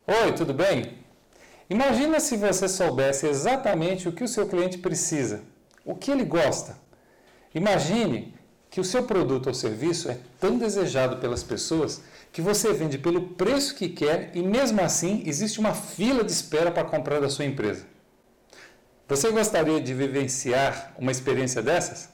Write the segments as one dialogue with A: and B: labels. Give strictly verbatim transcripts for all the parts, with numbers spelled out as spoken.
A: Oi, tudo bem? Imagina se você soubesse exatamente o que o seu cliente precisa, o que ele gosta. Imagine que o seu produto ou serviço é tão desejado pelas pessoas que você vende pelo preço que quer e mesmo assim existe uma fila de espera para comprar da sua empresa. Você gostaria de vivenciar uma experiência dessas?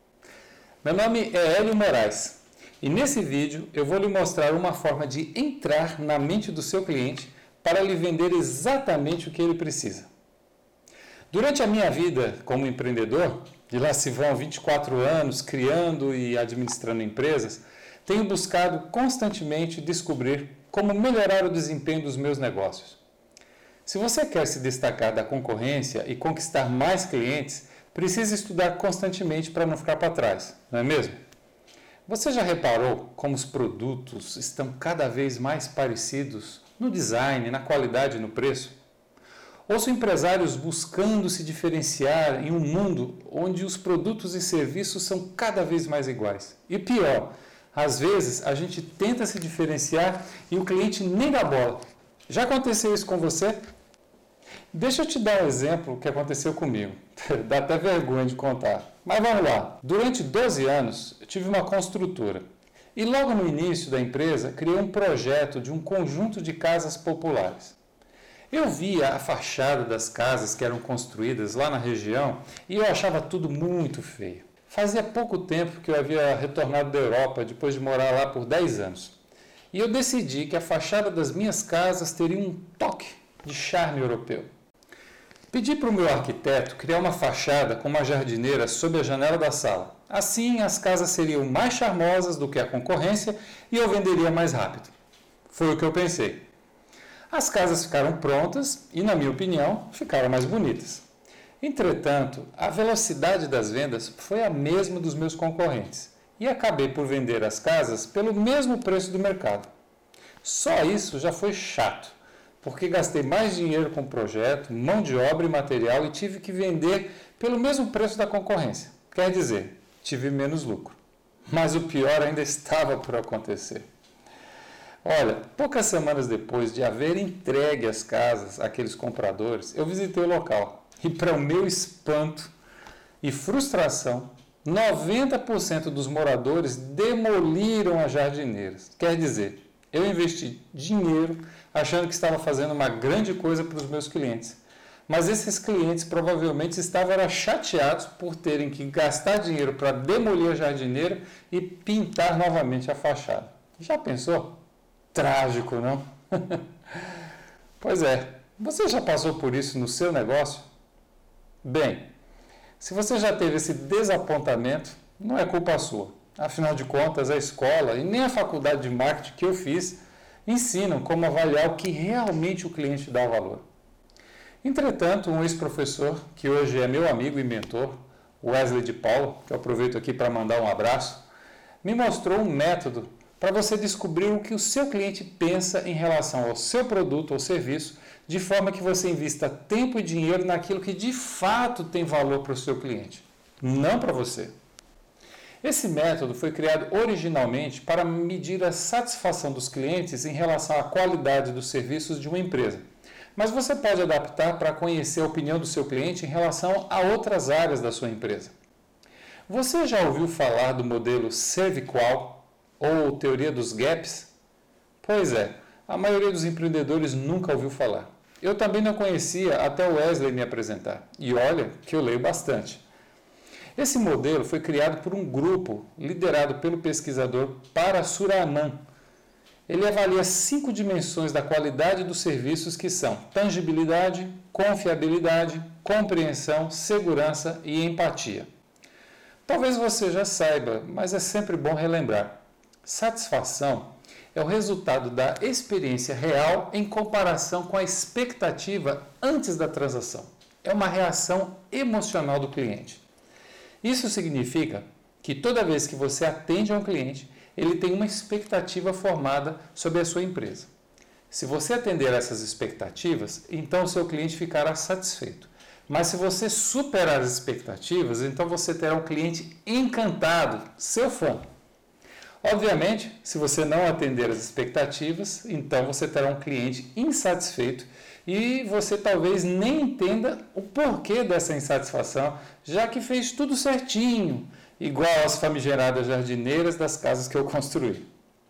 A: Meu nome é Hélio Moraes e nesse vídeo eu vou lhe mostrar uma forma de entrar na mente do seu cliente para lhe vender exatamente o que ele precisa. Durante a minha vida como empreendedor, de lá se vão vinte e quatro anos criando e administrando empresas, tenho buscado constantemente descobrir como melhorar o desempenho dos meus negócios. Se você quer se destacar da concorrência e conquistar mais clientes, precisa estudar constantemente para não ficar para trás, não é mesmo? Você já reparou como os produtos estão cada vez mais parecidos no design, na qualidade e no preço? Ouço empresários buscando se diferenciar em um mundo onde os produtos e serviços são cada vez mais iguais. E pior, às vezes a gente tenta se diferenciar e o cliente nem dá bola. Já aconteceu isso com você? Deixa eu te dar um exemplo que aconteceu comigo. Dá até vergonha de contar. Mas vamos lá. Durante doze anos, eu tive uma construtora. E logo no início da empresa, criei um projeto de um conjunto de casas populares. Eu via a fachada das casas que eram construídas lá na região e eu achava tudo muito feio. Fazia pouco tempo que eu havia retornado da Europa, depois de morar lá por dez anos. E eu decidi que a fachada das minhas casas teria um toque de charme europeu. Pedi para o meu arquiteto criar uma fachada com uma jardineira sob a janela da sala. Assim, as casas seriam mais charmosas do que a concorrência e eu venderia mais rápido. Foi o que eu pensei. As casas ficaram prontas e, na minha opinião, ficaram mais bonitas. Entretanto, a velocidade das vendas foi a mesma dos meus concorrentes e acabei por vender as casas pelo mesmo preço do mercado. Só isso já foi chato, porque gastei mais dinheiro com o projeto, mão de obra e material e tive que vender pelo mesmo preço da concorrência. Quer dizer, tive menos lucro. Mas o pior ainda estava por acontecer. Olha, poucas semanas depois de haver entregue as casas àqueles compradores, eu visitei o local. E para o meu espanto e frustração, noventa por cento dos moradores demoliram as jardineiras. Quer dizer, eu investi dinheiro achando que estava fazendo uma grande coisa para os meus clientes. Mas esses clientes provavelmente estavam chateados por terem que gastar dinheiro para demolir a jardineira e pintar novamente a fachada. Já pensou? Trágico, não? Pois é, você já passou por isso no seu negócio? Bem, se você já teve esse desapontamento, não é culpa sua. Afinal de contas, a escola e nem a faculdade de marketing que eu fiz ensinam como avaliar o que realmente o cliente dá valor. Entretanto, um ex-professor, que hoje é meu amigo e mentor, Wesley de Paulo, que eu aproveito aqui para mandar um abraço, me mostrou um método para você descobrir o que o seu cliente pensa em relação ao seu produto ou serviço, de forma que você invista tempo e dinheiro naquilo que de fato tem valor para o seu cliente, não para você. Esse método foi criado originalmente para medir a satisfação dos clientes em relação à qualidade dos serviços de uma empresa, mas você pode adaptar para conhecer a opinião do seu cliente em relação a outras áreas da sua empresa. Você já ouviu falar do modelo ServiQual? Ou teoria dos gaps? Pois é, a maioria dos empreendedores nunca ouviu falar. Eu também não conhecia até o Wesley me apresentar. E olha que eu leio bastante. Esse modelo foi criado por um grupo liderado pelo pesquisador Parasuraman. Ele avalia cinco dimensões da qualidade dos serviços que são tangibilidade, confiabilidade, compreensão, segurança e empatia. Talvez você já saiba, mas é sempre bom relembrar. Satisfação é o resultado da experiência real em comparação com a expectativa antes da transação. É uma reação emocional do cliente. Isso significa que toda vez que você atende a um cliente, ele tem uma expectativa formada sobre a sua empresa. Se você atender essas expectativas, então o seu cliente ficará satisfeito. Mas se você superar as expectativas, então você terá um cliente encantado, seu fã. Obviamente, se você não atender as expectativas, então você terá um cliente insatisfeito e você talvez nem entenda o porquê dessa insatisfação, já que fez tudo certinho, igual as famigeradas jardineiras das casas que eu construí.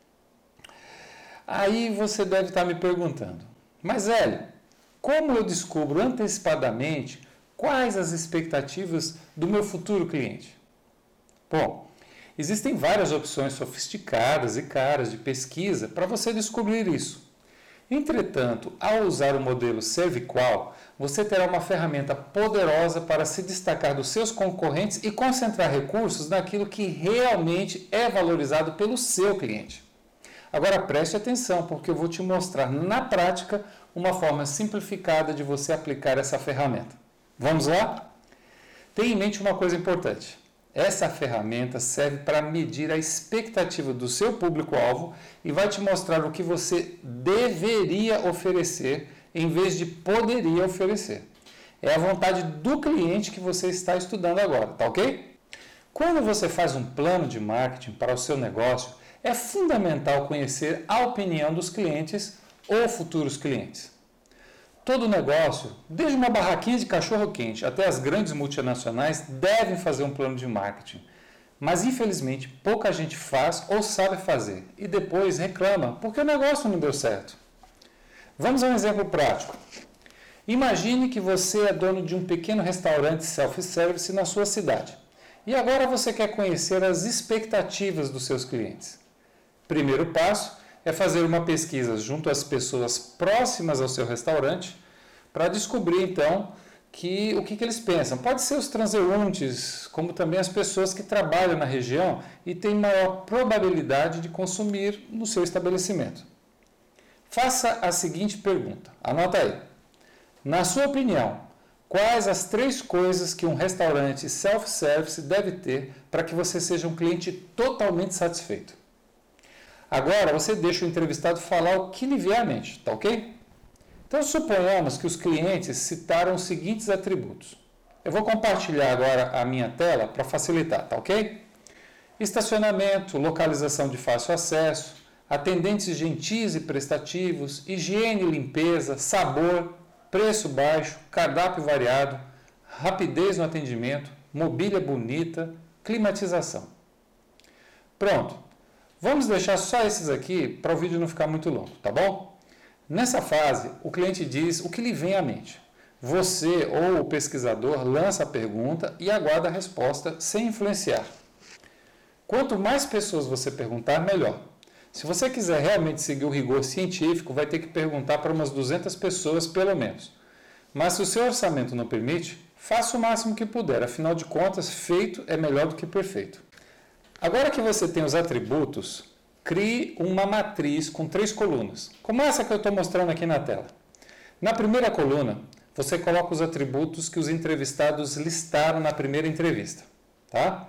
A: Aí você deve estar me perguntando, mas Hélio, como eu descubro antecipadamente quais as expectativas do meu futuro cliente? Bom, existem várias opções sofisticadas e caras de pesquisa para você descobrir isso. Entretanto, ao usar o modelo ServiQual, você terá uma ferramenta poderosa para se destacar dos seus concorrentes e concentrar recursos naquilo que realmente é valorizado pelo seu cliente. Agora preste atenção, porque eu vou te mostrar na prática uma forma simplificada de você aplicar essa ferramenta. Vamos lá? Tenha em mente uma coisa importante. Essa ferramenta serve para medir a expectativa do seu público-alvo e vai te mostrar o que você deveria oferecer em vez de poderia oferecer. É a vontade do cliente que você está estudando agora, tá ok? Quando você faz um plano de marketing para o seu negócio, é fundamental conhecer a opinião dos clientes ou futuros clientes. Todo negócio, desde uma barraquinha de cachorro-quente até as grandes multinacionais, devem fazer um plano de marketing. Mas, infelizmente, pouca gente faz ou sabe fazer e depois reclama porque o negócio não deu certo. Vamos a um exemplo prático. Imagine que você é dono de um pequeno restaurante self-service na sua cidade e agora você quer conhecer as expectativas dos seus clientes. Primeiro passo é fazer uma pesquisa junto às pessoas próximas ao seu restaurante para descobrir, então, que, o que, que eles pensam. Pode ser os transeuntes, como também as pessoas que trabalham na região e têm maior probabilidade de consumir no seu estabelecimento. Faça a seguinte pergunta, anota aí. Na sua opinião, quais as três coisas que um restaurante self-service deve ter para que você seja um cliente totalmente satisfeito? Agora, você deixa o entrevistado falar o que lhe vier à mente, tá ok? Então, suponhamos que os clientes citaram os seguintes atributos. Eu vou compartilhar agora a minha tela para facilitar, tá ok? Estacionamento, localização de fácil acesso, atendentes gentis e prestativos, higiene e limpeza, sabor, preço baixo, cardápio variado, rapidez no atendimento, mobília bonita, climatização. Pronto. Vamos deixar só esses aqui para o vídeo não ficar muito longo, tá bom? Nessa fase, o cliente diz o que lhe vem à mente. Você ou o pesquisador lança a pergunta e aguarda a resposta sem influenciar. Quanto mais pessoas você perguntar, melhor. Se você quiser realmente seguir o rigor científico, vai ter que perguntar para umas duzentas pessoas pelo menos. Mas se o seu orçamento não permite, faça o máximo que puder. Afinal de contas, feito é melhor do que perfeito. Agora que você tem os atributos, crie uma matriz com três colunas, como essa que eu estou mostrando aqui na tela. Na primeira coluna, você coloca os atributos que os entrevistados listaram na primeira entrevista. Tá?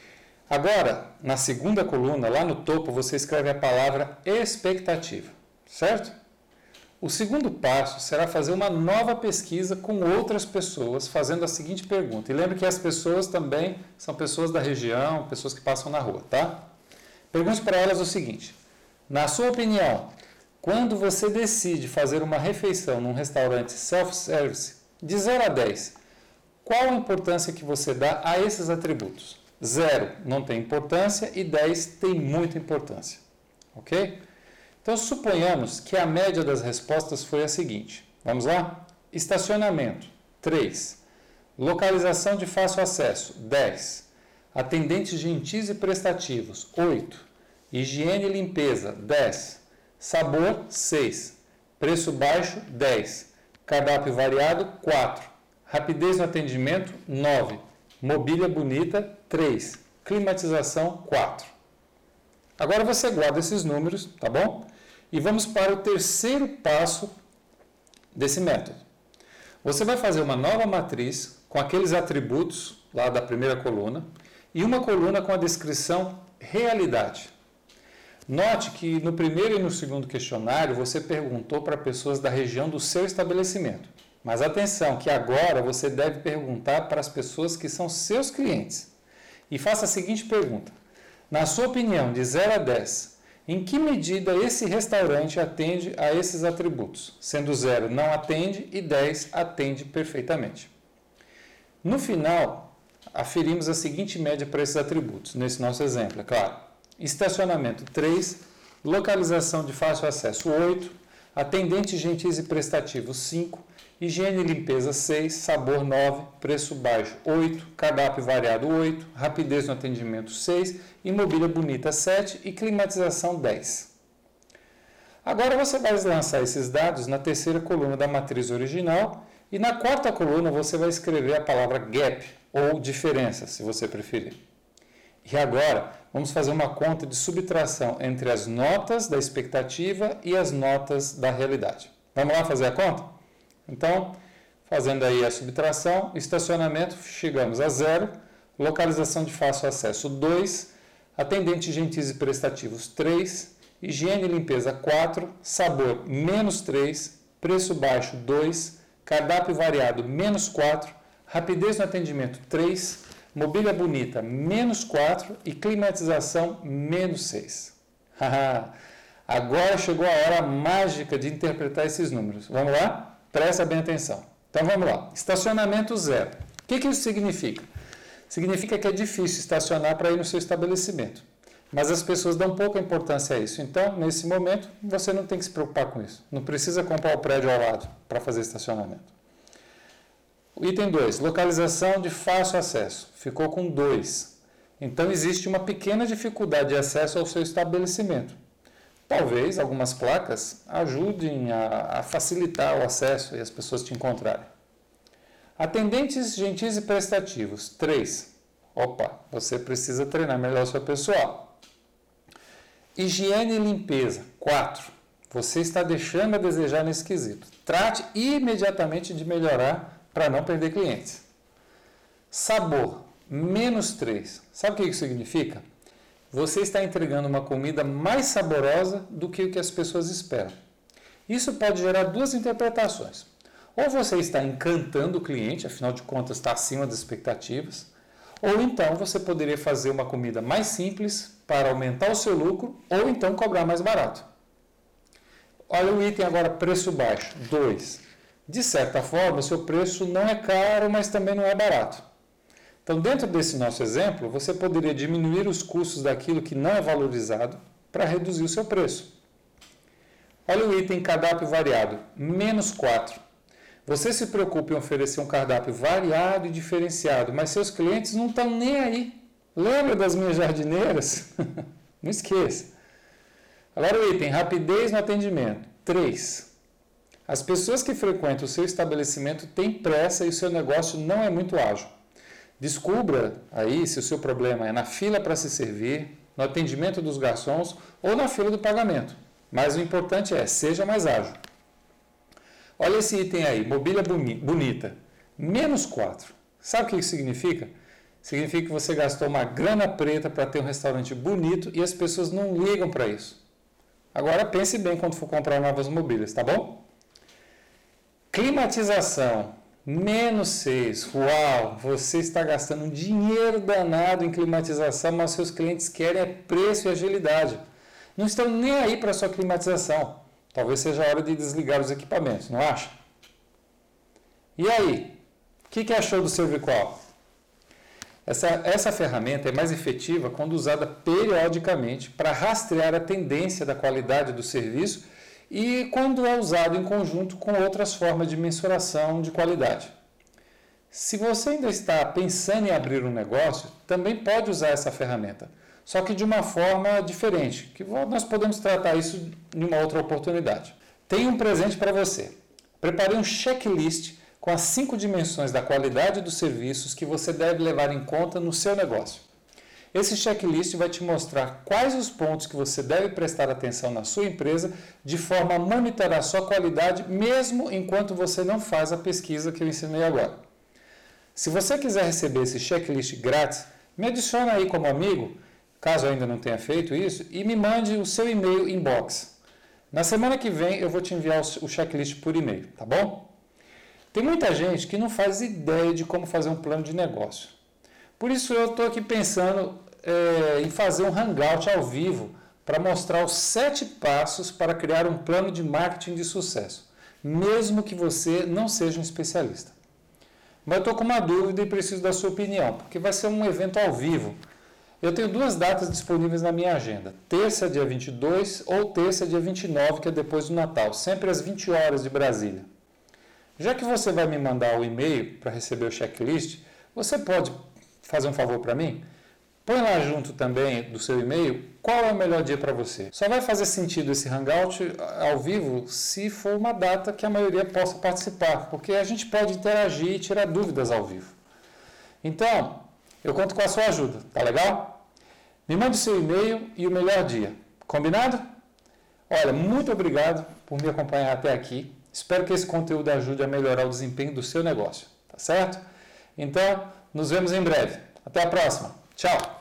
A: Agora, na segunda coluna, lá no topo, você escreve a palavra expectativa, certo? O segundo passo será fazer uma nova pesquisa com outras pessoas, fazendo a seguinte pergunta. E lembre que as pessoas também são pessoas da região, pessoas que passam na rua, tá? Pergunte para elas o seguinte. Na sua opinião, quando você decide fazer uma refeição num restaurante self-service, de zero a dez, qual a importância que você dá a esses atributos? zero não tem importância e dez tem muita importância, ok? Então, suponhamos que a média das respostas foi a seguinte. Vamos lá? Estacionamento, três. Localização de fácil acesso, dez. Atendentes gentis e prestativos, oito. Higiene e limpeza, dez. Sabor, seis. Preço baixo, dez. Cardápio variado, quatro. Rapidez no atendimento, nove. Mobília bonita, três. Climatização, quatro. Agora você guarda esses números, tá bom? E vamos para o terceiro passo desse método. Você vai fazer uma nova matriz com aqueles atributos lá da primeira coluna e uma coluna com a descrição realidade. Note que no primeiro e no segundo questionário você perguntou para pessoas da região do seu estabelecimento. Mas atenção, que agora você deve perguntar para as pessoas que são seus clientes. E faça a seguinte pergunta. Na sua opinião, de zero a dez, em que medida esse restaurante atende a esses atributos? Sendo zero não atende e dez atende perfeitamente. No final, aferimos a seguinte média para esses atributos, nesse nosso exemplo, é claro. Estacionamento três, localização de fácil acesso oito, atendentes gentis e prestativos cinco, higiene e limpeza seis, sabor nove, preço baixo oito, cardápio variado oito, rapidez no atendimento seis, e mobília bonita sete e climatização dez. Agora você vai lançar esses dados na terceira coluna da matriz original e na quarta coluna você vai escrever a palavra gap ou diferença, se você preferir. E agora vamos fazer uma conta de subtração entre as notas da expectativa e as notas da realidade. Vamos lá fazer a conta? Então, fazendo aí a subtração, estacionamento, chegamos a zero, localização de fácil acesso dois, atendentes gentis e prestativos três, higiene e limpeza quatro, sabor menos três, preço baixo dois, cardápio variado menos quatro, rapidez no atendimento três, mobília bonita menos quatro e climatização menos seis. Agora chegou a hora mágica de interpretar esses números. Vamos lá? Presta bem atenção. Então vamos lá. Estacionamento zero. O que, que isso significa? Significa que é difícil estacionar para ir no seu estabelecimento. Mas as pessoas dão pouca importância a isso. Então, nesse momento, você não tem que se preocupar com isso. Não precisa comprar o prédio ao lado para fazer estacionamento. O item dois, localização de fácil acesso. Ficou com dois. Então, existe uma pequena dificuldade de acesso ao seu estabelecimento. Talvez algumas placas ajudem a, a facilitar o acesso e as pessoas te encontrarem. Atendentes gentis e prestativos, três. Opa, você precisa treinar melhor o seu pessoal. Higiene e limpeza, quatro. Você está deixando a desejar nesse quesito. Trate imediatamente de melhorar para não perder clientes. Sabor, menos três. Sabe o que isso significa? Você está entregando uma comida mais saborosa do que o que as pessoas esperam. Isso pode gerar duas interpretações. Ou você está encantando o cliente, afinal de contas está acima das expectativas, ou então você poderia fazer uma comida mais simples para aumentar o seu lucro, ou então cobrar mais barato. Olha o item agora, preço baixo, dois. De certa forma, o seu preço não é caro, mas também não é barato. Então, dentro desse nosso exemplo, você poderia diminuir os custos daquilo que não é valorizado para reduzir o seu preço. Olha o item cardápio variado, menos quatro. Você se preocupa em oferecer um cardápio variado e diferenciado, mas seus clientes não estão nem aí. Lembra das minhas jardineiras? Não esqueça. Agora o item rapidez no atendimento, três. As pessoas que frequentam o seu estabelecimento têm pressa e o seu negócio não é muito ágil. Descubra aí se o seu problema é na fila para se servir, no atendimento dos garçons ou na fila do pagamento. Mas o importante é, seja mais ágil. Olha esse item aí, mobília bonita, menos quatro. Sabe o que isso significa? Significa que você gastou uma grana preta para ter um restaurante bonito e as pessoas não ligam para isso. Agora pense bem quando for comprar novas mobílias, tá bom? Climatização, menos seis. Uau, você está gastando um dinheiro danado em climatização, mas seus clientes querem é preço e agilidade. Não estão nem aí para a sua climatização. Talvez seja a hora de desligar os equipamentos, não acha? E aí, o que, que achou do Serviqual? Essa, essa ferramenta é mais efetiva quando usada periodicamente para rastrear a tendência da qualidade do serviço e quando é usado em conjunto com outras formas de mensuração de qualidade. Se você ainda está pensando em abrir um negócio, também pode usar essa ferramenta, só que de uma forma diferente, que nós podemos tratar isso em uma outra oportunidade. Tenho um presente para você. Preparei um checklist com as cinco dimensões da qualidade dos serviços que você deve levar em conta no seu negócio. Esse checklist vai te mostrar quais os pontos que você deve prestar atenção na sua empresa de forma a monitorar sua qualidade, mesmo enquanto você não faz a pesquisa que eu ensinei agora. Se você quiser receber esse checklist grátis, me adicione aí como amigo, caso ainda não tenha feito isso, e me mande o seu e-mail inbox. Na semana que vem eu vou te enviar o checklist por e-mail, tá bom? Tem muita gente que não faz ideia de como fazer um plano de negócio. Por isso eu estou aqui pensando é, em fazer um hangout ao vivo para mostrar os sete passos para criar um plano de marketing de sucesso, mesmo que você não seja um especialista. Mas eu estou com uma dúvida e preciso da sua opinião, porque vai ser um evento ao vivo. Eu tenho duas datas disponíveis na minha agenda, terça, dia vinte e dois, ou terça, dia vinte e nove, que é depois do Natal, sempre às vinte horas de Brasília. Já que você vai me mandar o e-mail para receber o checklist, você pode fazer um favor para mim? Põe lá junto também do seu e-mail qual é o melhor dia para você. Só vai fazer sentido esse hangout ao vivo se for uma data que a maioria possa participar, porque a gente pode interagir e tirar dúvidas ao vivo. Então, eu conto com a sua ajuda, tá legal? Me mande o seu e-mail e o melhor dia. Combinado? Olha, muito obrigado por me acompanhar até aqui. Espero que esse conteúdo ajude a melhorar o desempenho do seu negócio, tá certo? Então, nos vemos em breve. Até a próxima. Tchau!